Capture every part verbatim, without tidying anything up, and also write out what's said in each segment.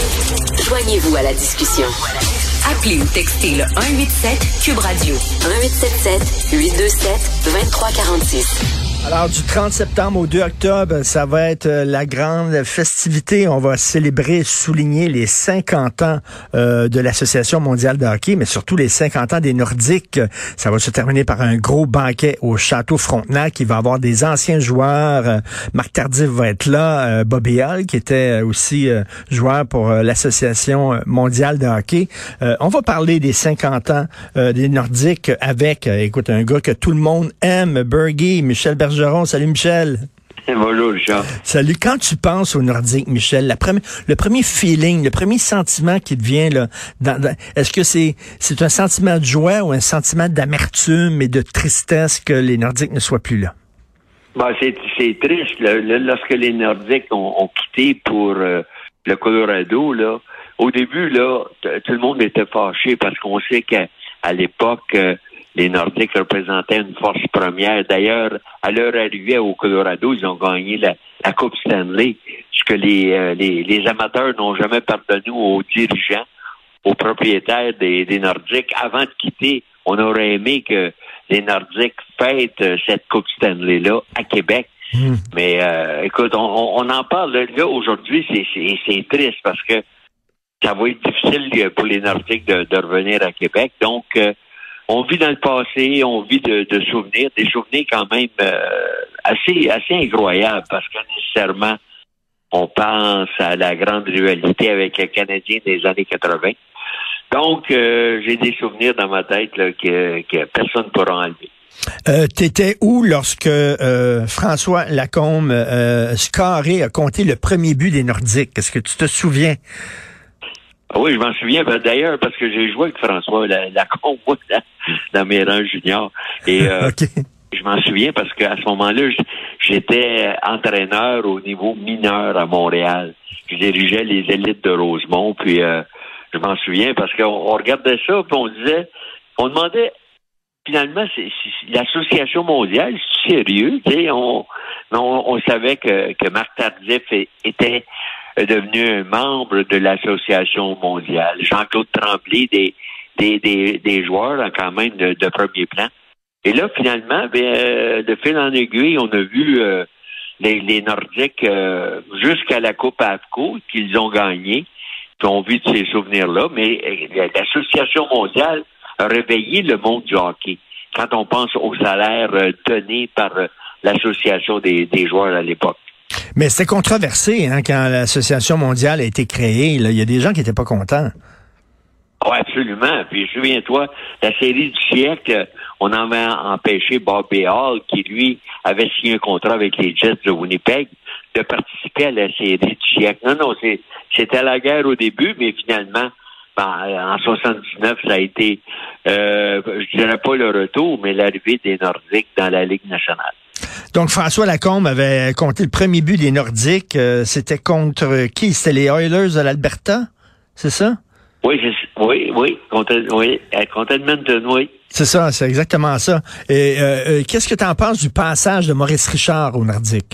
Joignez-vous à la discussion. Appelez ou textez le un huit sept Cube Radio. un huit sept sept huit deux sept deux trois quatre six. Alors, du trente septembre au deux octobre, ça va être la grande festivité. On va célébrer, souligner les cinquante ans euh, de l'Association mondiale de hockey, mais surtout les cinquante ans des Nordiques. Ça va se terminer par un gros banquet au Château Frontenac. Il va y avoir des anciens joueurs. Euh, Marc Tardif va être là. Euh, Bobby Hull, qui était aussi euh, joueur pour euh, l'Association mondiale de hockey. Euh, on va parler des cinquante ans euh, des Nordiques avec, euh, écoute, un gars que tout le monde aime, Bergie, Michel Bergeron. Salut Michel. Bonjour Richard. Salut. Quand tu penses aux Nordiques, Michel, la première, le premier feeling, le premier sentiment qui te vient là, dans, dans, est-ce que c'est c'est un sentiment de joie ou un sentiment d'amertume et de tristesse que les Nordiques ne soient plus là? Ben, c'est, c'est triste. Là, là, lorsque les Nordiques ont, ont quitté pour euh, le Colorado, là, au début, là, t- tout le monde était fâché parce qu'on sait qu'à à l'époque, euh, les Nordiques représentaient une force première. D'ailleurs, à leur arrivée au Colorado, ils ont gagné la, la Coupe Stanley, ce que les, euh, les, les amateurs n'ont jamais pardonné aux dirigeants, aux propriétaires des, des Nordiques. Avant de quitter, on aurait aimé que les Nordiques fêtent cette Coupe Stanley-là à Québec. Mmh. Mais euh, écoute, on, on en parle là aujourd'hui, c'est, c'est, c'est triste parce que ça va être difficile pour les Nordiques de, de revenir à Québec. Donc, euh, on vit dans le passé, on vit de, de souvenirs, des souvenirs quand même euh, assez assez incroyables parce que nécessairement, on pense à la grande rivalité avec les Canadiens des années quatre-vingt. Donc, euh, j'ai des souvenirs dans ma tête là, que, que personne ne pourra enlever. Euh, t'étais où lorsque euh, François Lacombe euh, Scarré a compté le premier but des Nordiques? Est-ce que tu te souviens? Oui, je m'en souviens. D'ailleurs, parce que j'ai joué avec François Lacombe dans, dans mes rangs juniors. Et euh, okay. Je m'en souviens parce qu'à ce moment-là, j'étais entraîneur au niveau mineur à Montréal. Je dirigeais les élites de Rosemont. Puis euh, je m'en souviens parce qu'on on regardait ça puis on disait, on demandait finalement, c'est, c'est, l'association mondiale, c'est sérieux. Tu sais, on, on, on savait que, que Marc Tardif était est devenu un membre de l'Association mondiale. Jean-Claude Tremblay, des, des, des, des joueurs quand même de, de premier plan. Et là, finalement, ben, euh, de fil en aiguille, on a vu euh, les, les Nordiques euh, jusqu'à la Coupe AFCO qu'ils ont gagné, puis on vit de ces souvenirs-là. Mais euh, l'Association mondiale a réveillé le monde du hockey. Quand on pense au salaire euh, donné par euh, l'Association des, des joueurs à l'époque. Mais c'était controversé hein, quand l'Association mondiale a été créée. Là. Il y a des gens qui n'étaient pas contents. Oui, absolument. Puis souviens-toi, la série du siècle, on en avait empêché Bobby Hull, qui lui avait signé un contrat avec les Jets de Winnipeg, de participer à la série du siècle. Non, non, c'est, c'était la guerre au début, mais finalement, ben, en soixante-dix-neuf, ça a été, euh, je dirais pas le retour, mais l'arrivée des Nordiques dans la Ligue nationale. Donc, François Lacombe avait compté le premier but des Nordiques. Euh, c'était contre qui? C'était les Oilers de l'Alberta? C'est ça? Oui, c'est, oui, oui. Contre, oui, contre Edmonton, oui. C'est ça, c'est exactement ça. Et euh, euh, qu'est-ce que tu en penses du passage de Maurice Richard aux Nordiques?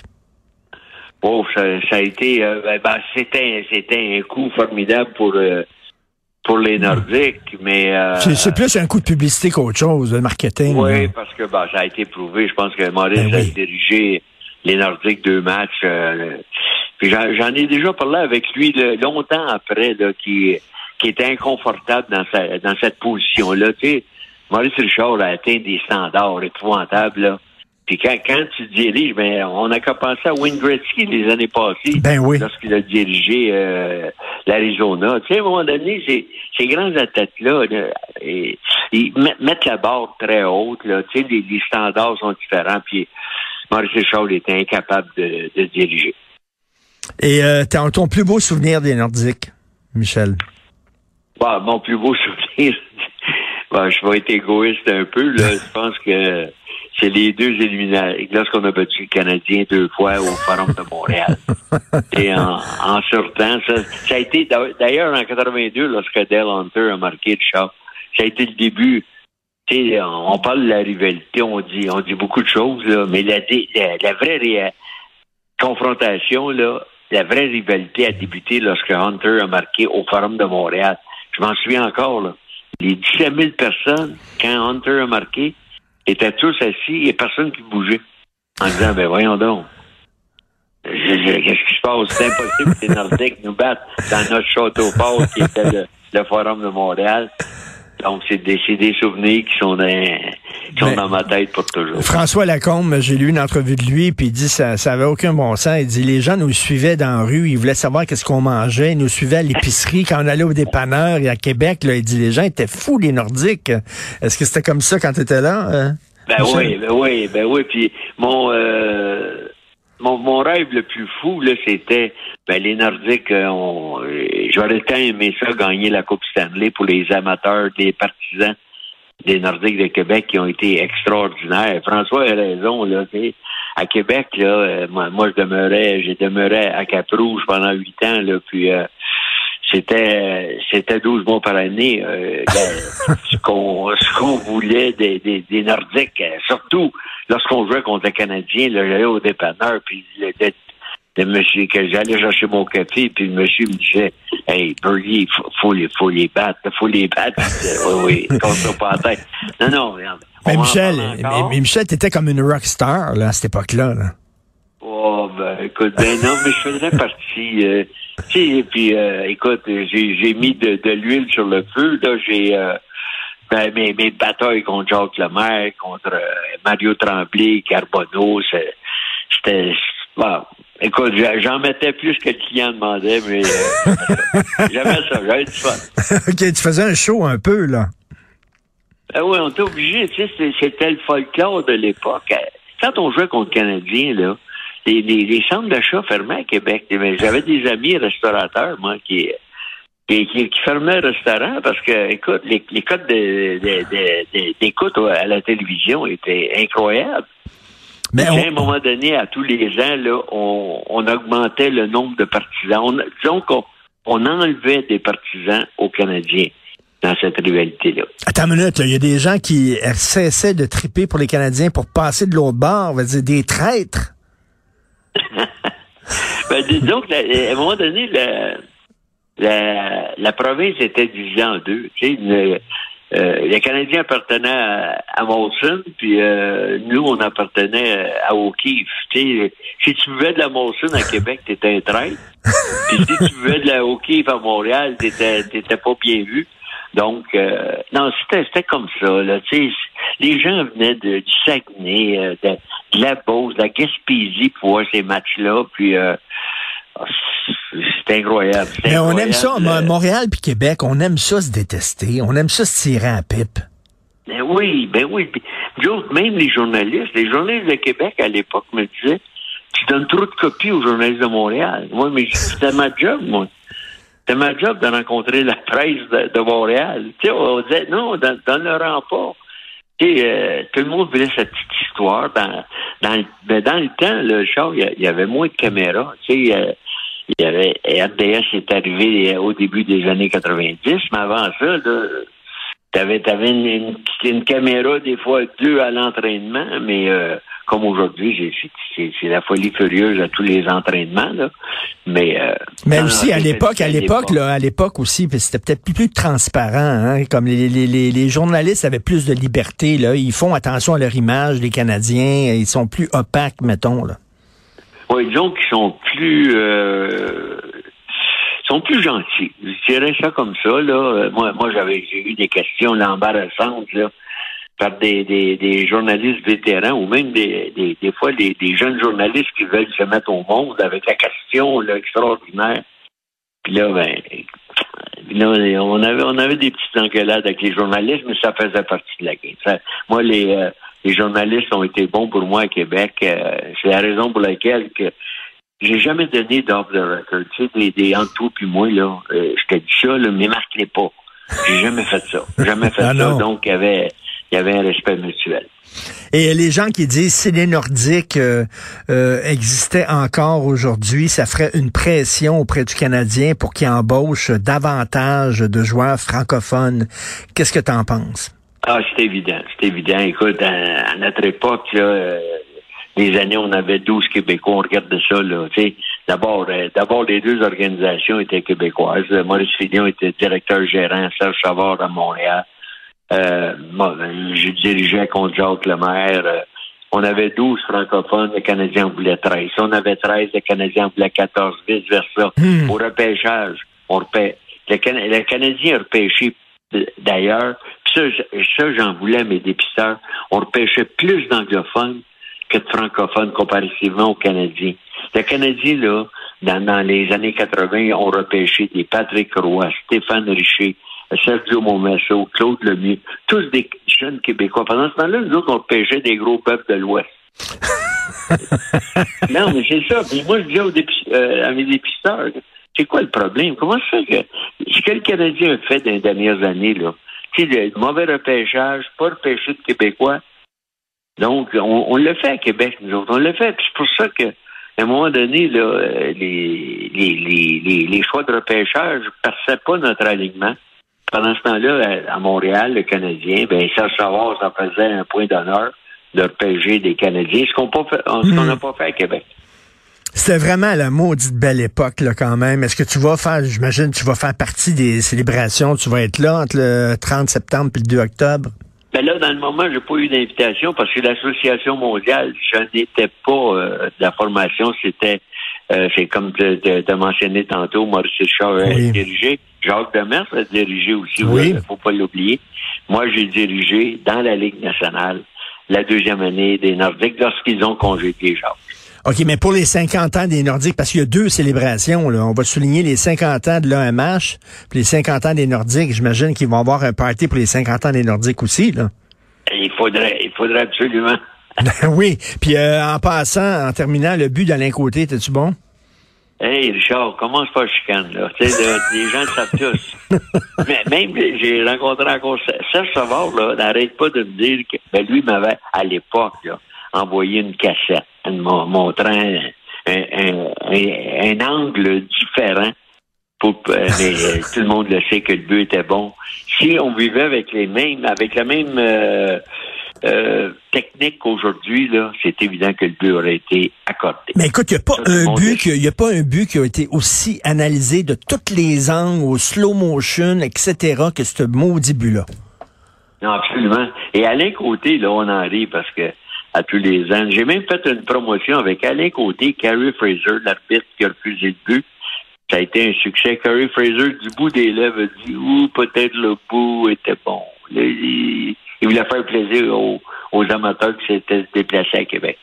Oh, ça, ça a été... Euh, ben, c'était, c'était un coup formidable pour... Euh, pour les Nordiques, mais... Euh, c'est, c'est plus un coup de publicité qu'autre chose, le marketing. Oui, là. parce que ben, ça a été prouvé. Je pense que Maurice ben oui. a dirigé les Nordiques deux matchs. Euh, puis j'en, j'en ai déjà parlé avec lui là, longtemps après, là, qui, qui était inconfortable dans, sa, dans cette position-là. Tu sais, Maurice Richard a atteint des standards épouvantables, là. Puis quand, quand tu diriges, ben, on n'a qu'à penser à Wayne Gretzky les années passées. Ben oui. Lorsqu'il a dirigé euh, l'Arizona. Tu sais, à un moment donné, ces, ces grands athlètes-là, là, et, ils mettent la barre très haute, là. Tu sais, les, les standards sont différents. Puis Maurice Richard était incapable de, de diriger. Et euh, t'as ton plus beau souvenir des Nordiques, Michel? Bah, mon plus beau souvenir, bah, je vais être égoïste un peu, là. Je pense que c'est les deux éliminations. Lorsqu'on a battu le Canadien deux fois au Forum de Montréal. Et en, en sortant, ça, ça a été, d'ailleurs, en quatre-vingt-deux, lorsque Dale Hunter a marqué le shot, ça a été le début. Tu sais, on parle de la rivalité, on dit, on dit beaucoup de choses, là, mais la, la, la vraie ré- confrontation, là, la vraie rivalité a débuté lorsque Hunter a marqué au Forum de Montréal. Je m'en souviens encore, là. Les dix-sept mille personnes, quand Hunter a marqué, étaient tous assis et personne qui bougeait. En disant, ben voyons donc. Je, je, qu'est-ce qui se passe? C'est impossible que les Nordiques nous battent dans notre château fort qui était le, le Forum de Montréal. Donc, c'est des, c'est des souvenirs qui sont, dans, qui sont ben, dans ma tête pour toujours. François Lacombe, j'ai lu une entrevue de lui, puis il dit ça ça avait aucun bon sens. Il dit les gens nous suivaient dans la rue, ils voulaient savoir qu'est-ce qu'on mangeait, ils nous suivaient à l'épicerie, quand on allait au dépanneur et à Québec, là, il dit les gens étaient fous, les Nordiques. Est-ce que c'était comme ça quand tu étais là? Hein? Ben Michel? oui, ben oui, ben oui. Puis mon, euh, mon mon rêve le plus fou, là, c'était ben les Nordiques, euh, on, euh, j'aurais tant aimé ça, gagner la Coupe Stanley pour les amateurs, les partisans des Nordiques de Québec qui ont été extraordinaires. François a raison, là, tu sais. À Québec, là, euh, moi, moi, je demeurais, j'ai demeuré à Cap-Rouge pendant huit ans, là, puis euh, c'était c'était douze mois par année. Euh, ben, ce qu'on ce qu'on voulait des, des, des Nordiques, surtout lorsqu'on jouait contre les Canadiens, là, j'allais au dépanneur, puis le, le, le monsieur, que j'allais chercher mon café, puis le monsieur me disait, hey, Burley, il faut, faut, les, faut les battre, faut les battre. Oui, oui, contre pas en tête. Non, non, regarde. Mais Michel, mais, mais Michel, t'étais comme une rockstar, là, à cette époque-là, là. Oh, ben, écoute, ben non, mais je faisais partie, euh, tu sais, puis, euh, écoute, j'ai, j'ai mis de, de l'huile sur le feu, là, j'ai, euh, ben, mes, mes batailles contre Jacques Lemaire, contre euh, Mario Tremblay, Carbonneau, c'était, bon, écoute, j'en mettais plus que le client demandait, mais euh, j'aimais ça, j'avais du fun. OK, tu faisais un show un peu, là. Ben oui, on était obligé, tu sais, c'était le folklore de l'époque. Quand on jouait contre les Canadiens, là, les, les, les centres d'achat fermaient à Québec. J'avais des amis restaurateurs, moi, qui, qui, qui, qui fermaient le restaurant parce que, écoute, les, les codes de, de, de, de, d'écoute à la télévision étaient incroyables. Mais on... à un moment donné, à tous les ans, là, on, on augmentait le nombre de partisans. On, disons qu'on on enlevait des partisans aux Canadiens dans cette rivalité-là. Attends une minute, il y a des gens qui cessaient de triper pour les Canadiens pour passer de l'autre bord, on va dire des traîtres. Ben, disons qu'à un moment donné, la, la, la province était divisée en deux. Tu sais, le, euh, les Canadiens appartenaient à, à Molson, puis euh, nous, on appartenait à O'Keefe. Tu sais, si tu buvais de la Molson à Québec, t'étais un traître. Puis si tu buvais de la O'Keefe à Montréal, t'étais, t'étais pas bien vu. Donc, euh, non, c'était, c'était comme ça, là. Tu sais, les gens venaient de, du Saguenay, euh, de, de la Beauce, de la Gaspésie pour voir ces matchs-là, puis euh, c'était incroyable. C'était Mais incroyable. On aime ça, euh, Montréal puis Québec, on aime ça se détester, on aime ça se tirer à pipe. Ben oui, ben oui. Puis, même les journalistes, les journalistes de Québec à l'époque me disaient, tu donnes trop de copies aux journalistes de Montréal. Moi, mais c'était ma job, moi. C'était ma job de rencontrer la presse de, de Montréal. Tu sais, on disait, non, dans, dans le rempart. Tu sais, euh, tout le monde voulait cette petite histoire. Dans, dans, ben, dans le temps, le char, il y avait moins de caméras. Tu sais, euh, il y avait, R D S est arrivé au début des années quatre-vingt-dix, mais avant ça, là, t'avais, t'avais une, une, une caméra, des fois deux à l'entraînement, mais euh, comme aujourd'hui, c'est, c'est, c'est la folie furieuse à tous les entraînements, là. Mais, euh, mais aussi, à l'époque, à l'époque, là, à l'époque aussi, c'était peut-être plus, plus transparent, hein, comme les, les, les, les journalistes avaient plus de liberté, là. Ils font attention à leur image, les Canadiens, ils sont plus opaques, mettons, là. Oui, disons qu'ils sont plus, euh, sont plus gentils. Je dirais ça comme ça, là. Moi, moi, j'avais, j'ai eu des questions là, embarrassantes, là, par des, des, des journalistes vétérans ou même des, des, des fois des, des jeunes journalistes qui veulent se mettre au monde avec la question là, extraordinaire. Puis là, ben, là, on avait, on avait des petites engueulades avec les journalistes, mais ça faisait partie de la game. Ça, moi, les, euh, les journalistes ont été bons pour moi à Québec. Euh, c'est la raison pour laquelle que j'ai jamais donné d'off the record. Tu sais, des, des entre toi puis moi, là, euh, je t'ai dit ça, là, mais marque-les pas. J'ai jamais fait ça. Jamais fait ah ça. Non. Donc, il y avait, il y avait un respect mutuel. Et les gens qui disent si les Nordiques euh, euh, existaient encore aujourd'hui, ça ferait une pression auprès du Canadien pour qu'il embauche davantage de joueurs francophones. Qu'est-ce que tu en penses? Ah, c'est évident, c'est évident. Écoute, à, à notre époque, là, euh, des années, on avait douze Québécois. On regardait ça, là. Tu sais, d'abord, euh, d'abord, les deux organisations étaient québécoises. Maurice Fillon était directeur gérant, Serge Savard à Montréal. Euh, moi, je dirigeais contre Jacques Lemaire. Euh, on avait douze francophones, les Canadiens en voulaient treize. On avait treize, les Canadiens en voulaient quatorze, vice-versa. Mmh. Au repêchage, on repêche. Le, Can- le Canadien a repêché d'ailleurs, puis ça, ça, j'en voulais à mes dépisteurs, on repêchait plus d'anglophones que de francophones comparativement aux Canadiens. Le Canadien, là, dans, dans les années quatre-vingts, ont repêché des Patrick Roy, Stéphane Richer, Sergio Momesso, Claude Lemieux, tous des jeunes Québécois. Pendant ce temps-là, nous autres, on repêchait des gros peuples de l'Ouest. Non, mais c'est ça. Puis moi, je disais aux dépist- euh, à mes dépisteurs, c'est quoi le problème? Comment ça fait que ce que le Canadien a fait dans les dernières années, là? Tu sais, le mauvais repêchage, pas repêché de Québécois. Donc, on, on le fait à Québec, nous autres. On le fait. Puis c'est pour ça que, à un moment donné, là, les, les, les, les, les choix de repêchage ne perçaient pas notre alignement. Pendant ce temps-là, à Montréal, le Canadien, ben, Serge Savard, ça faisait un point d'honneur de repêcher des Canadiens, ce qu'on pas fait, ce qu'on n'a pas fait à Québec. C'était vraiment la maudite belle époque, là, quand même. Est-ce que tu vas faire, j'imagine, tu vas faire partie des célébrations, tu vas être là entre le trente septembre et le deux octobre? Ben là, dans le moment, j'ai pas eu d'invitation parce que l'Association mondiale, je n'étais pas euh, de la formation, c'était, euh, c'est comme tu as mentionné tantôt, Maurice Richard a oui. dirigé, Jacques Demers a dirigé aussi, oui, il faut pas l'oublier. Moi, j'ai dirigé dans la Ligue nationale la deuxième année des Nordiques lorsqu'ils ont congédié Jacques. OK, mais pour les cinquante ans des Nordiques, parce qu'il y a deux célébrations, là. On va souligner les cinquante ans de l'A M H, puis les cinquante ans des Nordiques. J'imagine qu'ils vont avoir un party pour les cinquante ans des Nordiques aussi, là. Il faudrait, il faudrait absolument. Oui. Puis euh, en passant, en terminant, le but d'Alain Côté, était-tu bon? Hey, Richard, commence pas à chicane, là. Tu sais, les gens le savent tous. Mais même, j'ai rencontré encore Serge Savard, là, n'arrête pas de me dire que, ben, lui m'avait, à l'époque, là, envoyé une cassette, montrant un, un, un, un angle différent. Pour, euh, mais euh, tout le monde le sait que le but était bon. Si on vivait avec les mêmes, avec la même euh, euh, technique qu'aujourd'hui, là, c'est évident que le but aurait été accordé. Mais écoute, il n'y a pas un but qui, y a pas un but qui a été aussi analysé de tous les angles, au slow motion, et cetera, que ce maudit but-là. Non, absolument. Et Alain Côté, là, on en rit parce que à tous les ans. J'ai même fait une promotion avec Alain Côté, Carey Fraser, l'arbitre qui a refusé le but. Ça a été un succès. Carey Fraser, du bout des lèvres, a dit « Ouh, peut-être le bout était bon. » Il, il voulait faire plaisir aux, aux amateurs qui s'étaient déplacés à Québec.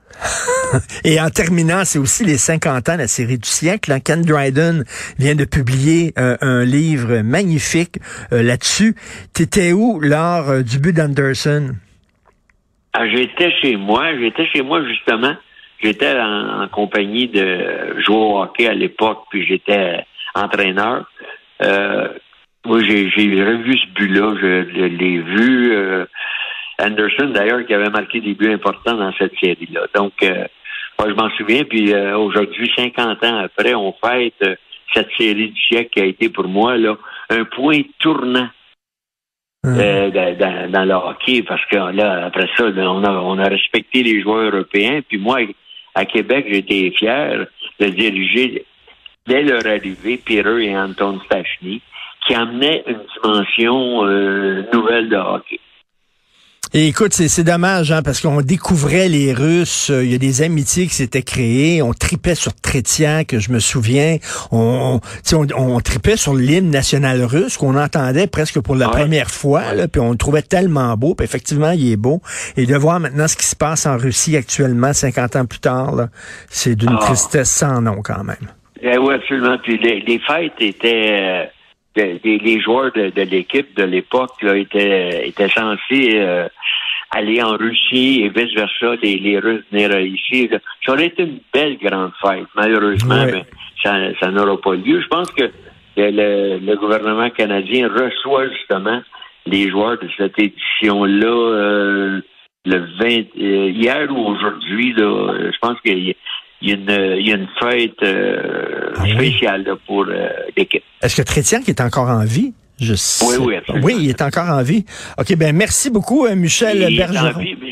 Et en terminant, c'est aussi les cinquante ans de la série du siècle. Hein. Ken Dryden vient de publier euh, un livre magnifique euh, là-dessus. T'étais où lors euh, du but d'Anderson? Ah, j'étais chez moi. J'étais chez moi, justement. J'étais en, en compagnie de joueurs au hockey à l'époque, puis j'étais entraîneur. Euh, moi, j'ai, j'ai revu ce but-là. Je, je l'ai vu. Euh, Anderson, d'ailleurs, qui avait marqué des buts importants dans cette série-là. Donc, euh, moi, je m'en souviens. Puis euh, aujourd'hui, cinquante ans après, on fête euh, cette série du siècle qui a été pour moi là un point tournant mmh. euh, dans, dans, dans le hockey. Parce que là, après ça, là, on, a, on a respecté les joueurs européens. Puis moi, à Québec, j'étais fier de diriger, dès leur arrivée, Peter et Anton Stachny, qui amenaient une dimension euh, nouvelle de hockey. Et écoute, c'est, c'est dommage, hein, parce qu'on découvrait les Russes, il euh, y a des amitiés qui s'étaient créées, on tripait sur Tretien, que je me souviens, on, on, on tripait sur l'hymne national russe qu'on entendait presque pour la ouais. première fois, là, puis on le trouvait tellement beau, puis effectivement, il est beau. Et de voir maintenant ce qui se passe en Russie actuellement, cinquante ans plus tard, là, c'est d'une ah. tristesse sans nom quand même. Eh oui, absolument. Puis les, les fêtes étaient... Euh... Les, les joueurs de, de l'équipe de l'époque là, étaient, étaient censés euh, aller en Russie et vice-versa, les, les Russes venir ici. Là. Ça aurait été une belle grande fête. Malheureusement, oui. mais ça, ça n'aura pas lieu. Je pense que le, le gouvernement canadien reçoit justement les joueurs de cette édition-là euh, le vingt euh, hier ou aujourd'hui. Là, je pense qu'il y a Il y, a une, il y a une fête euh, ah oui. spéciale là, pour euh, l'équipe. Est-ce que Tretien qui est encore en vie? Je sais. Oui, oui, absolument. Oui, il est encore en vie. OK, ben merci beaucoup, Michel il Bergeron. Est en vie, mais je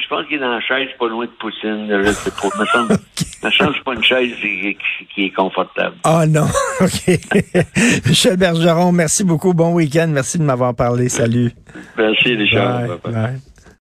pense qu'il est dans la chaise pas loin de Poutine. Je sais pas. Me semble, okay. me semble que c'est pas une chaise qui, qui est confortable. Ah non, OK. Michel Bergeron, merci beaucoup. Bon week-end. Merci de m'avoir parlé. Salut. Merci, Richard. Bye. Bye.